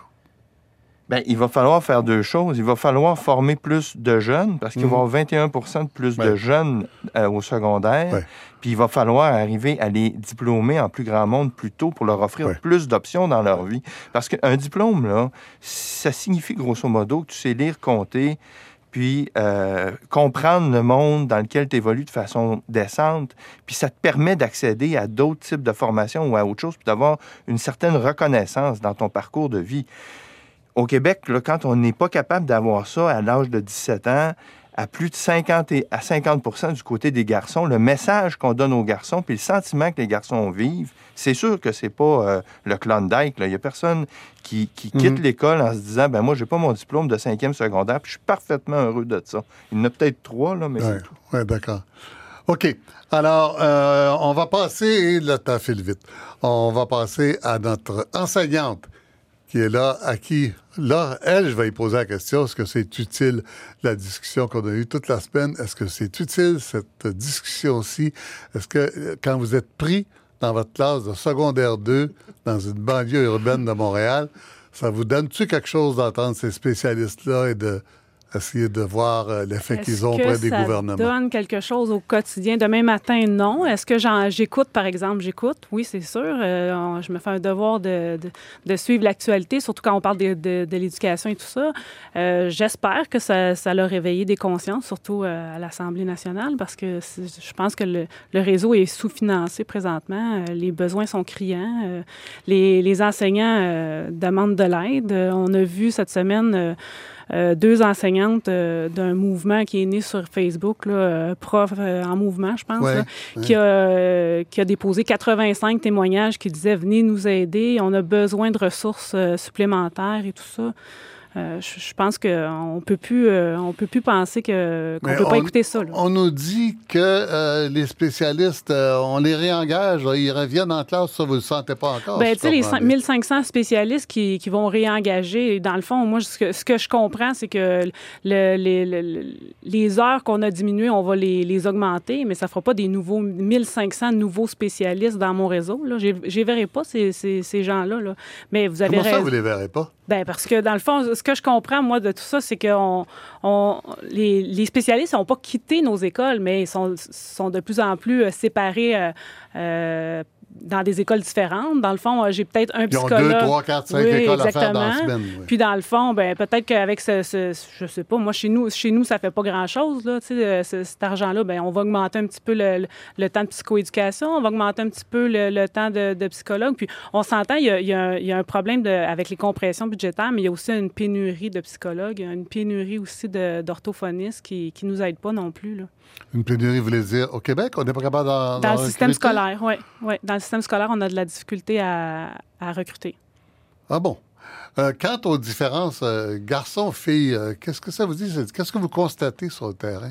Bien, il va falloir faire deux choses. Il va falloir former plus de jeunes, parce qu'il va y avoir 21 % de plus de jeunes au secondaire. Puis il va falloir arriver à les diplômer en plus grand monde plus tôt pour leur offrir plus d'options dans leur vie. Parce qu'un diplôme, là, ça signifie grosso modo que tu sais lire, compter, puis comprendre le monde dans lequel tu évolues de façon décente, puis ça te permet d'accéder à d'autres types de formations ou à autre chose, puis d'avoir une certaine reconnaissance dans ton parcours de vie. Au Québec, là, quand on n'est pas capable d'avoir ça à l'âge de 17 ans, à plus de 50 % du côté des garçons, le message qu'on donne aux garçons, puis le sentiment que les garçons vivent, c'est sûr que c'est pas le Klondike. Il n'y a personne qui quitte l'école en se disant « ben moi, j'ai pas mon diplôme de 5e secondaire, puis je suis parfaitement heureux de ça. » Il y en a peut-être 3, là, mais c'est tout. Oui, d'accord. OK. Alors, on va passer, le temps file vite, on va passer à notre enseignante qui est là, à qui, là, elle, je vais lui poser la question, est-ce que c'est utile, la discussion qu'on a eue toute la semaine? Est-ce que c'est utile, cette discussion-ci? Est-ce que, quand vous êtes pris dans votre classe de secondaire 2, dans une banlieue urbaine de Montréal, ça vous donne-tu quelque chose d'entendre ces spécialistes-là et d'essayer de voir l'effet qu'ils ont auprès des gouvernements? Est-ce que ça donne quelque chose au quotidien? Demain matin, non. Est-ce que j'écoute, par exemple? J'écoute, oui, c'est sûr. Je me fais un devoir de suivre l'actualité, surtout quand on parle de l'éducation et tout ça. J'espère que ça l'a réveillé des consciences, surtout à l'Assemblée nationale, parce que je pense que le réseau est sous-financé présentement. Les besoins sont criants. Les enseignants demandent de l'aide. On a vu cette semaine... 2 enseignantes d'un mouvement qui est né sur Facebook, là, Prof en mouvement, je pense, qui a déposé 85 témoignages qui disaient « Venez nous aider, on a besoin de ressources supplémentaires et tout ça ». Je pense qu'on peut plus penser qu'on ne peut pas écouter ça. Là. On nous dit que les spécialistes, on les réengage, là, ils reviennent en classe, ça, vous ne le sentez pas encore? Bien, tu sais, les 1500 spécialistes qui vont réengager, dans le fond, moi, ce que je comprends, c'est que les heures qu'on a diminuées, on va les augmenter, mais ça ne fera pas des 1500 nouveaux spécialistes dans mon réseau. Je ne les verrai pas, ces gens-là. Là. Mais vous avez Comment ça, vous ne les verrez pas? Bien, parce que, dans le fond, ce que je comprends, moi, de tout ça, c'est que les spécialistes n'ont pas quitté nos écoles, mais ils sont de plus en plus séparés dans des écoles différentes. Dans le fond, j'ai peut-être un psychologue. Ils ont 2, 3, 4, 5 écoles à faire dans la semaine. Oui. Puis dans le fond, ben peut-être qu'avec je sais pas, moi, chez nous, ça fait pas grand-chose, là. Tu sais, cet argent-là, ben on va augmenter un petit peu le temps de psychoéducation, on va augmenter un petit peu le temps de psychologue. Puis on s'entend, il y a un problème avec les compressions budgétaires, mais il y a aussi une pénurie de psychologues, une pénurie aussi d'orthophonistes qui nous aident pas non plus, là. Une pénurie, vous voulez dire, au Québec, on n'est pas capable d'en Dans le système scolaire, oui. Dans le système scolaire, on a de la difficulté à recruter. Ah bon? Quant aux différences garçons-filles, qu'est-ce que ça vous dit? Qu'est-ce que vous constatez sur le terrain?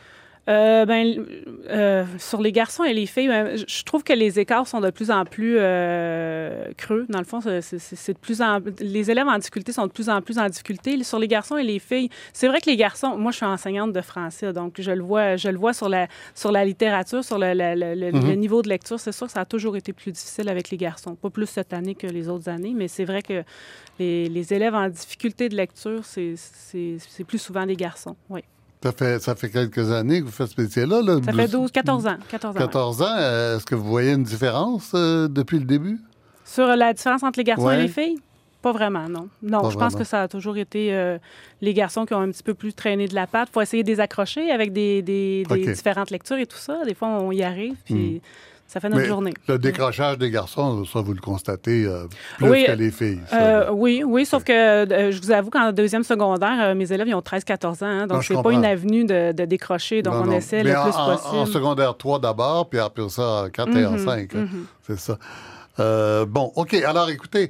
Sur les garçons et les filles, je trouve que les écarts sont de plus en plus creux. Dans le fond, c'est de plus en les élèves en difficulté sont de plus en plus en difficulté. Sur les garçons et les filles, c'est vrai que les garçons, moi je suis enseignante de français, donc je le vois sur la littérature, sur le niveau de lecture. C'est sûr que ça a toujours été plus difficile avec les garçons. Pas plus cette année que les autres années, mais c'est vrai que les élèves en difficulté de lecture, c'est plus souvent des garçons, oui. Ça fait quelques années que vous faites ce métier-là. Là. Ça fait 14 ans. 14 ans. Est-ce que vous voyez une différence depuis le début? Sur la différence entre les garçons et les filles? Pas vraiment, non. Non, je pense que ça a toujours été les garçons qui ont un petit peu plus traîné de la patte. Il faut essayer de les accrocher avec des différentes lectures et tout ça. Des fois, on y arrive, puis ça fait notre journée. Le décrochage des garçons, ça, vous le constatez plus que les filles. Oui, sauf que je vous avoue qu'en deuxième secondaire, mes élèves, ils ont 13-14 ans, hein, donc c'est pas une avenue de décrocher, donc on essaie le plus possible. En secondaire 3 d'abord, puis après ça, en 4 et en 5. C'est ça. Bon, OK. Alors, écoutez,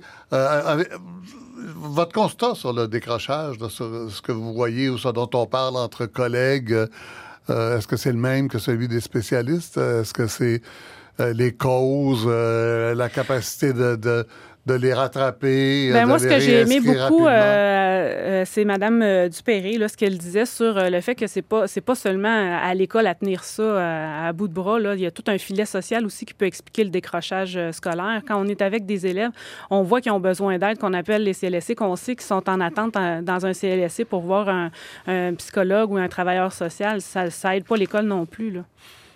votre constat sur le décrochage, là, sur ce que vous voyez ou ce dont on parle entre collègues, est-ce que c'est le même que celui des spécialistes? Est-ce que c'est les causes, la capacité de les rattraper? Moi, ce que j'ai aimé beaucoup, c'est Mme Dupéré, là, ce qu'elle disait sur le fait que c'est pas seulement à l'école à tenir ça à bout de bras. Là. Il y a tout un filet social aussi qui peut expliquer le décrochage scolaire. Quand on est avec des élèves, on voit qu'ils ont besoin d'aide, qu'on appelle les CLSC, qu'on sait qu'ils sont en attente dans un CLSC pour voir un psychologue ou un travailleur social. Ça aide pas l'école non plus, là.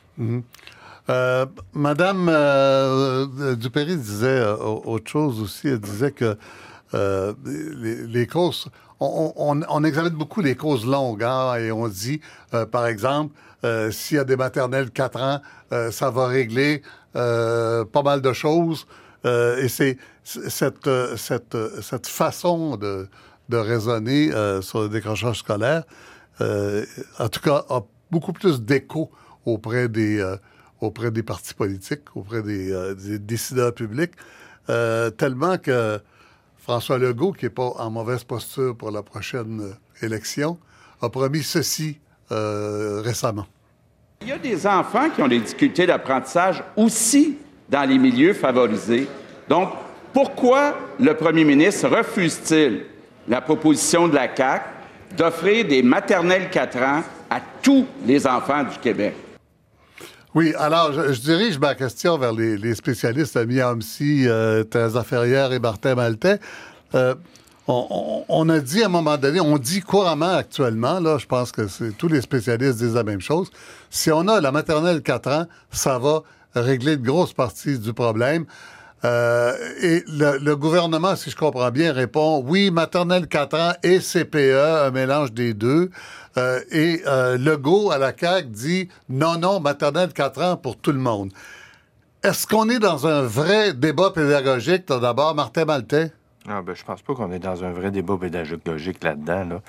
Madame Dupéry disait autre chose aussi. Elle disait que les causes... On examine beaucoup les causes longues, hein, et on dit, par exemple, s'il y a des maternelles 4 ans, ça va régler pas mal de choses. Et c'est cette façon de raisonner sur le décrochage scolaire, en tout cas, a beaucoup plus d'écho auprès des partis politiques, auprès des décideurs publics, tellement que François Legault, qui n'est pas en mauvaise posture pour la prochaine élection, a promis ceci récemment. Il y a des enfants qui ont des difficultés d'apprentissage aussi dans les milieux favorisés. Donc, pourquoi le premier ministre refuse-t-il la proposition de la CAQ d'offrir des maternelles 4 ans à tous les enfants du Québec? Oui, alors, je dirige ma question vers les spécialistes, Ami Hamsi, Thérèse Ferrière et Martin Maltais. On a dit à un moment donné, on dit couramment actuellement, là, je pense que tous les spécialistes disent la même chose, si on a la maternelle 4 ans, ça va régler une grosse partie du problème. Et le gouvernement, si je comprends bien, répond, oui, maternelle 4 ans et CPE, un mélange des deux. Et Legault, à la CAQ, dit non, maternelle 4 ans pour tout le monde. Est-ce qu'on est dans un vrai débat pédagogique, d'abord, Martin Maltais? Je pense pas qu'on est dans un vrai débat pédagogique là-dedans.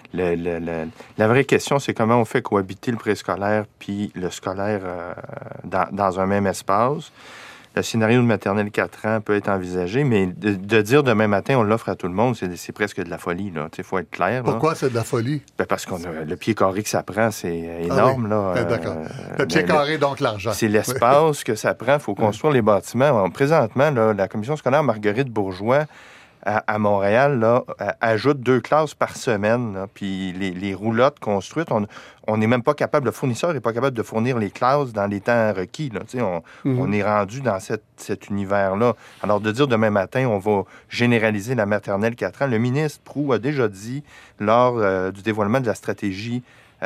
Là. La vraie question, c'est comment on fait cohabiter le préscolaire puis le scolaire dans un même espace. Le scénario de maternelle 4 ans peut être envisagé, mais de dire demain matin, on l'offre à tout le monde, c'est presque de la folie. Il faut être clair. Pourquoi c'est de la folie? Parce que le pied carré que ça prend, c'est énorme. Là. D'accord. Le pied carré, donc l'argent. C'est l'espace que ça prend. Il faut construire les bâtiments. Présentement, là, la commission scolaire Marguerite Bourgeois à Montréal là, ajoute 2 classes par semaine. Là, puis les roulottes construites, on n'est même pas capable, le fournisseur n'est pas capable de fournir les classes dans les temps requis. Là, on est rendu dans cet univers-là. Alors, de dire demain matin, on va généraliser la maternelle 4 ans, le ministre Proulx a déjà dit, lors du dévoilement de la stratégie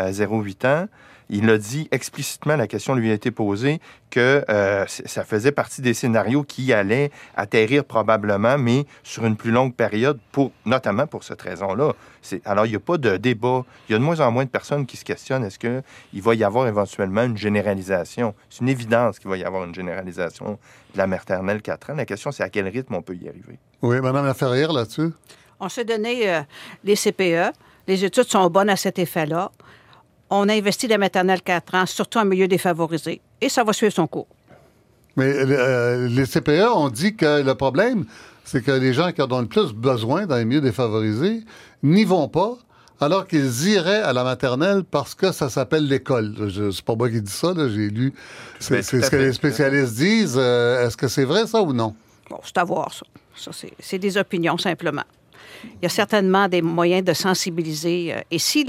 0-8 ans, il a dit explicitement, la question lui a été posée, que ça faisait partie des scénarios qui allaient atterrir probablement, mais sur une plus longue période, notamment pour cette raison-là. Alors, il n'y a pas de débat. Il y a de moins en moins de personnes qui se questionnent, est-ce qu'il va y avoir éventuellement une généralisation? C'est une évidence qu'il va y avoir une généralisation de la maternelle 4 ans. La question, c'est à quel rythme on peut y arriver. Oui, Mme Laferrière, là-dessus? On s'est donné les CPE. Les études sont bonnes à cet effet-là. On a investi la maternelle 4 ans, surtout en milieu défavorisé, et ça va suivre son cours. Mais les CPE ont dit que le problème, c'est que les gens qui en ont le plus besoin dans les milieux défavorisés n'y vont pas, alors qu'ils iraient à la maternelle parce que ça s'appelle l'école. C'est pas moi qui dis ça, là, j'ai lu. C'est ce que les spécialistes disent. Est-ce que c'est vrai, ça, ou non? Bon, c'est à voir, ça. Ça, c'est des opinions, simplement. Il y a certainement des moyens de sensibiliser. Et si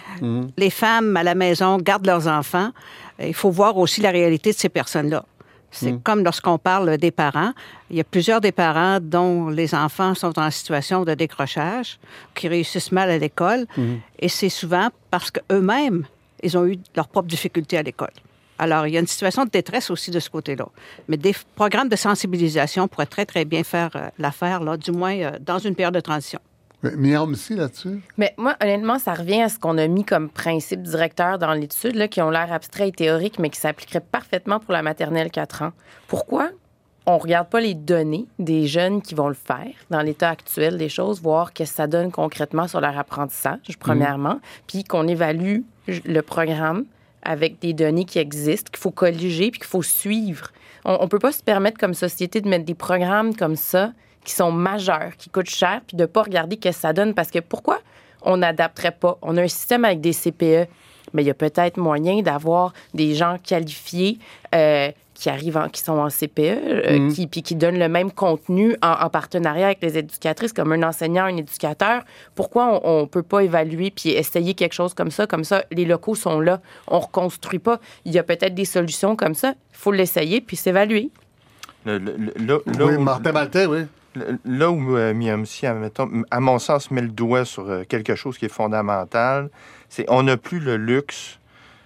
les femmes à la maison gardent leurs enfants, il faut voir aussi la réalité de ces personnes-là. C'est comme lorsqu'on parle des parents. Il y a plusieurs des parents dont les enfants sont en situation de décrochage, qui réussissent mal à l'école. Et c'est souvent parce qu'eux-mêmes, ils ont eu leurs propres difficultés à l'école. Alors, il y a une situation de détresse aussi de ce côté-là. Mais des programmes de sensibilisation pourraient très, très bien faire l'affaire, là, du moins dans une période de transition. Myriam aussi là-dessus? Mais moi, honnêtement, ça revient à ce qu'on a mis comme principe directeur dans l'étude, là, qui ont l'air abstraits et théoriques, mais qui s'appliqueraient parfaitement pour la maternelle 4 ans. Pourquoi on ne regarde pas les données des jeunes qui vont le faire dans l'état actuel des choses, voir qu'est-ce que ça donne concrètement sur leur apprentissage, premièrement, puis qu'on évalue le programme avec des données qui existent, qu'il faut colliger puis qu'il faut suivre. On ne peut pas se permettre comme société de mettre des programmes comme ça qui sont majeurs, qui coûtent cher, puis de ne pas regarder ce que ça donne. Parce que pourquoi on n'adapterait pas? On a un système avec des CPE, mais il y a peut-être moyen d'avoir des gens qualifiés qui sont en CPE, qui donnent le même contenu en partenariat avec les éducatrices, comme un enseignant, un éducateur. Pourquoi on ne peut pas évaluer puis essayer quelque chose comme ça? Comme ça, les locaux sont là. On ne reconstruit pas. Il y a peut-être des solutions comme ça. Il faut l'essayer puis s'évaluer. Oui, Martin Maltais, oui. Là où Myriam-Sy, à mon sens, met le doigt sur quelque chose qui est fondamental, c'est qu'on n'a plus le luxe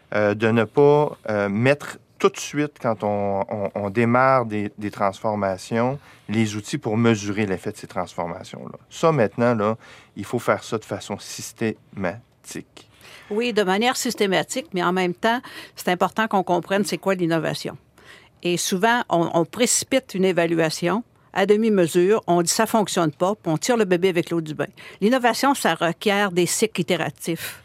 de ne pas mettre tout de suite, quand on démarre des transformations, les outils pour mesurer l'effet de ces transformations-là. Ça, maintenant, là, il faut faire ça de façon systématique. Oui, de manière systématique, mais en même temps, c'est important qu'on comprenne c'est quoi l'innovation. Et souvent, on précipite une évaluation à demi-mesure, on dit ça ne fonctionne pas, puis on tire le bébé avec l'eau du bain. L'innovation, ça requiert des cycles itératifs.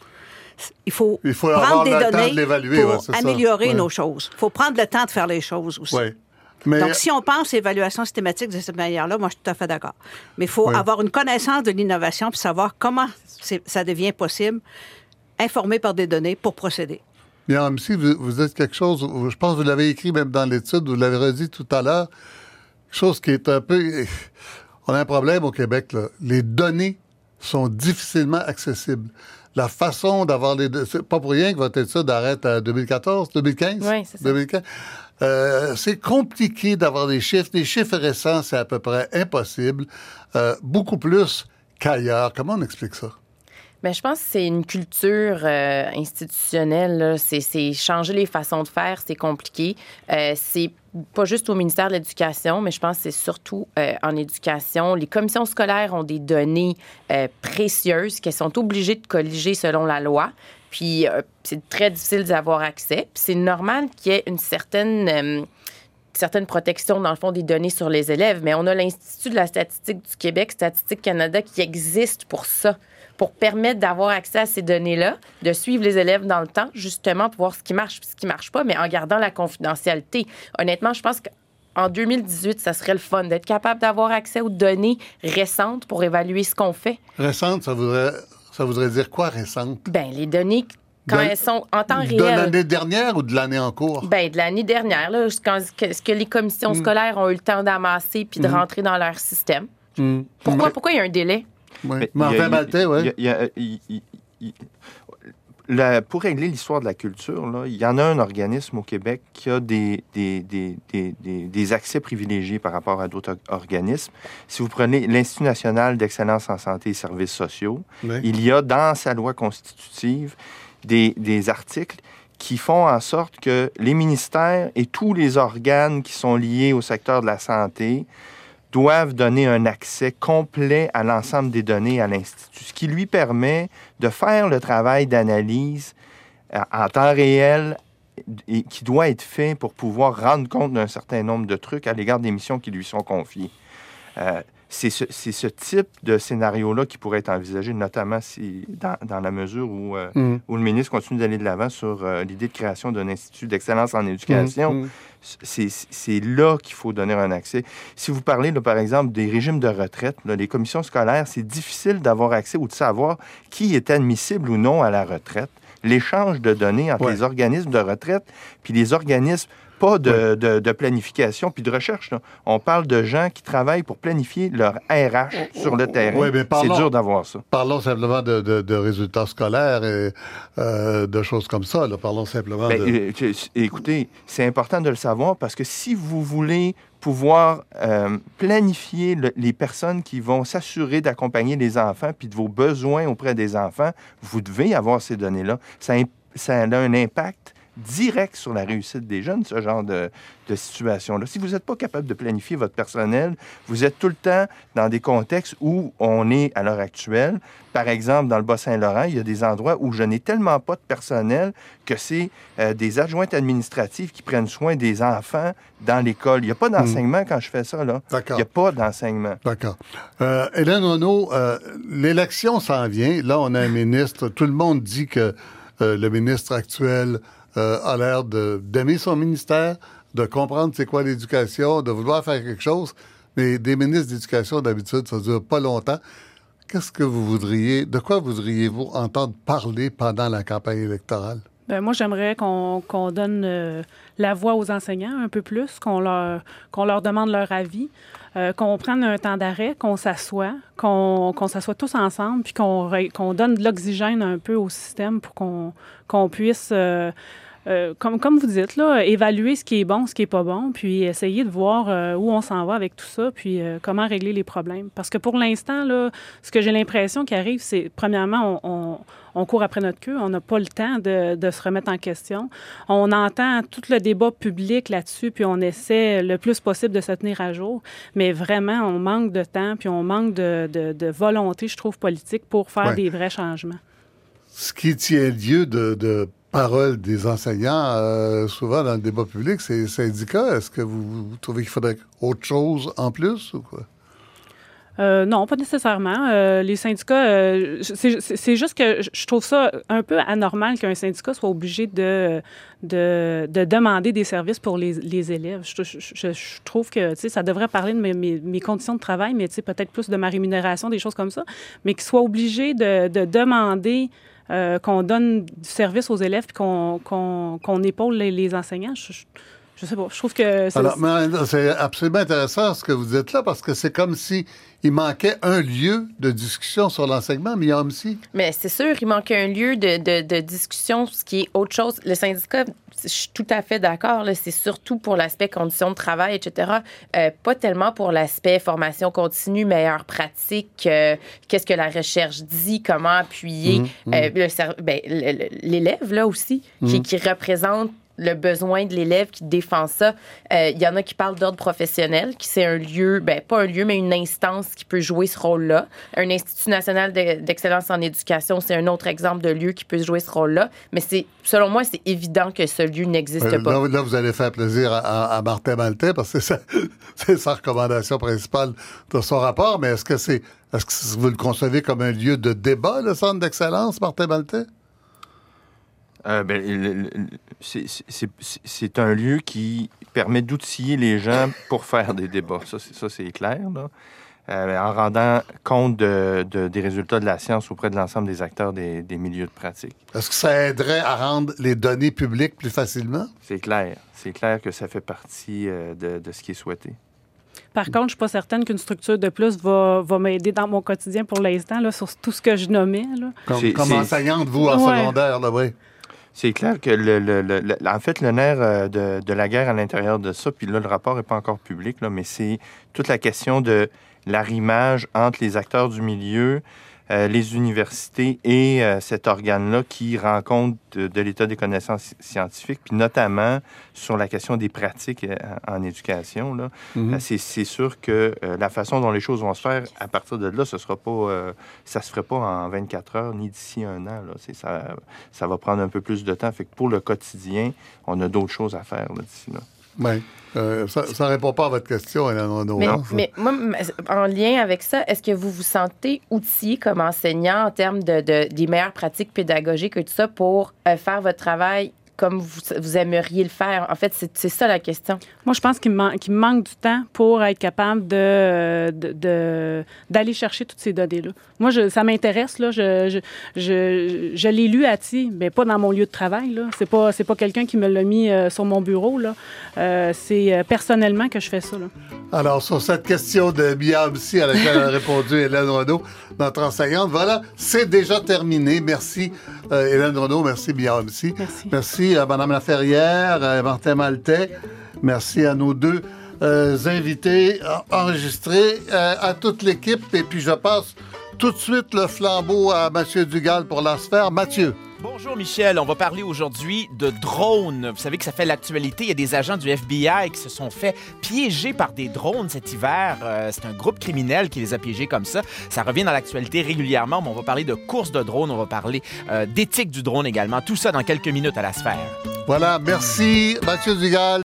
Il faut prendre des données pour améliorer nos choses. Il faut prendre le temps de faire les choses aussi. Oui. Mais... Donc, si on pense évaluation systématique de cette manière-là, moi, je suis tout à fait d'accord. Mais il faut avoir une connaissance de l'innovation puis savoir comment ça devient possible, informé par des données pour procéder. Bien, si vous dites quelque chose, je pense que vous l'avez écrit même dans l'étude, vous l'avez redit tout à l'heure, quelque chose qui est un peu... On a un problème au Québec, là. Les données sont difficilement accessibles. La façon d'avoir les... C'est pas pour rien que votre étude arrête à 2014, 2015? Oui, c'est ça. 2015. C'est compliqué d'avoir des chiffres. Les chiffres récents, c'est à peu près impossible. Beaucoup plus qu'ailleurs. Comment on explique ça? Bien, je pense que c'est une culture institutionnelle. Là. C'est changer les façons de faire, c'est compliqué. C'est pas juste au ministère de l'Éducation, mais je pense que c'est surtout en éducation. Les commissions scolaires ont des données précieuses qu'elles sont obligées de colliger selon la loi. Puis, c'est très difficile d'y avoir accès. Puis, c'est normal qu'il y ait une certaine protection, dans le fond, des données sur les élèves. Mais on a l'Institut de la statistique du Québec, Statistique Canada, qui existe pour ça, pour permettre d'avoir accès à ces données-là, de suivre les élèves dans le temps, justement, pour voir ce qui marche et ce qui ne marche pas, mais en gardant la confidentialité. Honnêtement, je pense qu'en 2018, ça serait le fun d'être capable d'avoir accès aux données récentes pour évaluer ce qu'on fait. Récente, ça voudrait dire quoi, récente? Bien, les données... Quand elles sont en temps réel. De l'année dernière ou de l'année en cours? Bien, de l'année dernière, là, ce que les commissions scolaires ont eu le temps d'amasser puis de rentrer dans leur système. Pourquoi il y a un délai? Oui. Martin Maltais, oui. Pour régler l'histoire de la culture, là, il y en a un organisme au Québec qui a des accès privilégiés par rapport à d'autres organismes. Si vous prenez l'Institut national d'excellence en santé et services sociaux, il y a dans sa loi constitutive des articles qui font en sorte que les ministères et tous les organes qui sont liés au secteur de la santé doivent donner un accès complet à l'ensemble des données à l'Institut, ce qui lui permet de faire le travail d'analyse en temps réel et qui doit être fait pour pouvoir rendre compte d'un certain nombre de trucs à l'égard des missions qui lui sont confiées. C'est ce type de scénario-là qui pourrait être envisagé, notamment dans la mesure où le ministre continue d'aller de l'avant sur l'idée de création d'un institut d'excellence en éducation. C'est là qu'il faut donner un accès. Si vous parlez, là, par exemple, des régimes de retraite, là, les commissions scolaires, c'est difficile d'avoir accès ou de savoir qui est admissible ou non à la retraite. L'échange de données entre les organismes de retraite puis les organismes pas de planification puis de recherche. Là. On parle de gens qui travaillent pour planifier leur RH sur le terrain. Oui, mais c'est dur d'avoir ça. Parlons simplement de résultats scolaires et de choses comme ça. Là. Parlons simplement Écoutez, c'est important de le savoir parce que si vous voulez pouvoir planifier les personnes qui vont s'assurer d'accompagner les enfants puis de vos besoins auprès des enfants, vous devez avoir ces données-là. Ça a un impact direct sur la réussite des jeunes, ce genre de situation-là. Si vous n'êtes pas capable de planifier votre personnel, vous êtes tout le temps dans des contextes où on est à l'heure actuelle. Par exemple, dans le Bas-Saint-Laurent, il y a des endroits où je n'ai tellement pas de personnel que c'est des adjointes administratives qui prennent soin des enfants dans l'école. Il n'y a pas d'enseignement quand je fais ça, là. D'accord. Il n'y a pas d'enseignement. D'accord. Hélène Renaud, l'élection s'en vient. Là, on a un ministre. Tout le monde dit que le ministre actuel a l'air d'aimer son ministère, de comprendre c'est quoi l'éducation, de vouloir faire quelque chose. Mais des ministres d'éducation, d'habitude, ça ne dure pas longtemps. De quoi voudriez-vous entendre parler pendant la campagne électorale? Bien, moi, j'aimerais qu'on donne la voix aux enseignants un peu plus, qu'on leur demande leur avis, qu'on prenne un temps d'arrêt, qu'on s'assoie tous ensemble, puis qu'on donne de l'oxygène un peu au système pour qu'on puisse... comme vous dites, là, évaluer ce qui est bon, ce qui est pas bon, puis essayer de voir où on s'en va avec tout ça, puis comment régler les problèmes. Parce que pour l'instant, là, ce que j'ai l'impression qui arrive, c'est, premièrement, on court après notre queue, on n'a pas le temps de se remettre en question. On entend tout le débat public là-dessus, puis on essaie le plus possible de se tenir à jour, mais vraiment, on manque de temps, puis on manque de volonté, je trouve, politique pour faire des vrais changements. Ce qui tient lieu de parole des enseignants, souvent dans le débat public, c'est les syndicats. Est-ce que vous trouvez qu'il faudrait autre chose en plus ou quoi? Non, pas nécessairement. Les syndicats, c'est juste que je trouve ça un peu anormal qu'un syndicat soit obligé de demander des services pour les élèves. Je trouve que ça devrait parler de mes conditions de travail, mais peut-être plus de ma rémunération, des choses comme ça, mais qu'il soit obligé de demander qu'on donne du service aux élèves et qu'on épaule les enseignants. Je sais pas. Je trouve que... c'est absolument intéressant ce que vous dites là, parce que c'est comme si il manquait un lieu de discussion sur l'enseignement, Myriam Si. Mais c'est sûr, il manque un lieu de discussion, ce qui est autre chose. Le syndicat, je suis tout à fait d'accord, là, c'est surtout pour l'aspect conditions de travail, etc. Pas tellement pour l'aspect formation continue, meilleure pratique, qu'est-ce que la recherche dit, comment appuyer l'élève, là aussi, qui représente le besoin de l'élève, qui défend ça. Il y en a qui parlent d'ordre professionnel, qui c'est un lieu, pas un lieu, mais une instance qui peut jouer ce rôle-là. Un Institut national d'excellence en éducation, c'est un autre exemple de lieu qui peut jouer ce rôle-là. Mais selon moi, c'est évident que ce lieu n'existe pas. Là, vous allez faire plaisir à Martin Maltais, parce que c'est sa recommandation principale de son rapport. Mais est-ce que vous le concevez comme un lieu de débat, le Centre d'excellence, Martin Maltais? C'est un lieu qui permet d'outiller les gens pour faire des débats. Ça c'est clair, là. En rendant compte des résultats de la science auprès de l'ensemble des acteurs des milieux de pratique. Est-ce que ça aiderait à rendre les données publiques plus facilement? C'est clair. C'est clair que ça fait partie de ce qui est souhaité. Par contre, je ne suis pas certaine qu'une structure de plus va m'aider dans mon quotidien pour l'instant, là, sur tout ce que je nommais. Là. Comme enseignante, vous, en secondaire, là, oui. C'est clair que, en fait, le nerf de la guerre à l'intérieur de ça, puis là, le rapport n'est pas encore public, là, mais c'est toute la question de l'arrimage entre les acteurs du milieu, les universités et cet organe-là qui rend compte de l'état des connaissances scientifiques, puis notamment sur la question des pratiques en éducation. Là. C'est sûr que la façon dont les choses vont se faire à partir de là, ça se ferait pas en 24 heures ni d'ici un an. Là. Ça va prendre un peu plus de temps. Fait que pour le quotidien, on a d'autres choses à faire d'ici là. Oui. Ça ne répond pas à votre question, Hélène Renaud. Mais moi, en lien avec ça, est-ce que vous vous sentez outillé comme enseignant en termes des meilleures pratiques pédagogiques et tout ça pour faire votre travail comme vous aimeriez le faire? En fait, c'est ça la question. Moi, je pense qu'il me manque du temps pour être capable d'aller chercher toutes ces données-là. Moi, ça m'intéresse. Là, je l'ai lu à TI, mais pas dans mon lieu de travail. Là. C'est pas quelqu'un qui me l'a mis sur mon bureau. Là. C'est personnellement que je fais ça. Là. Alors, sur cette question de Myriam Si à laquelle a répondu Hélène Renaud, notre enseignante, voilà, c'est déjà terminé. Merci Hélène Renaud, merci Myriam Si. Merci à Mme Laferrière, Martin Maltais. Merci à nos deux invités enregistrés, à toute l'équipe. Et puis, je passe tout de suite le flambeau à M. Dugal pour la sphère. Mathieu. Bonjour Michel, on va parler aujourd'hui de drones. Vous savez que ça fait l'actualité. Il y a des agents du FBI qui se sont fait piéger par des drones cet hiver. C'est un groupe criminel qui les a piégés comme ça. Ça revient dans l'actualité régulièrement, mais on va parler de course de drones, on va parler d'éthique du drone également. Tout ça dans quelques minutes à la sphère. Voilà, merci Mathieu Dugal.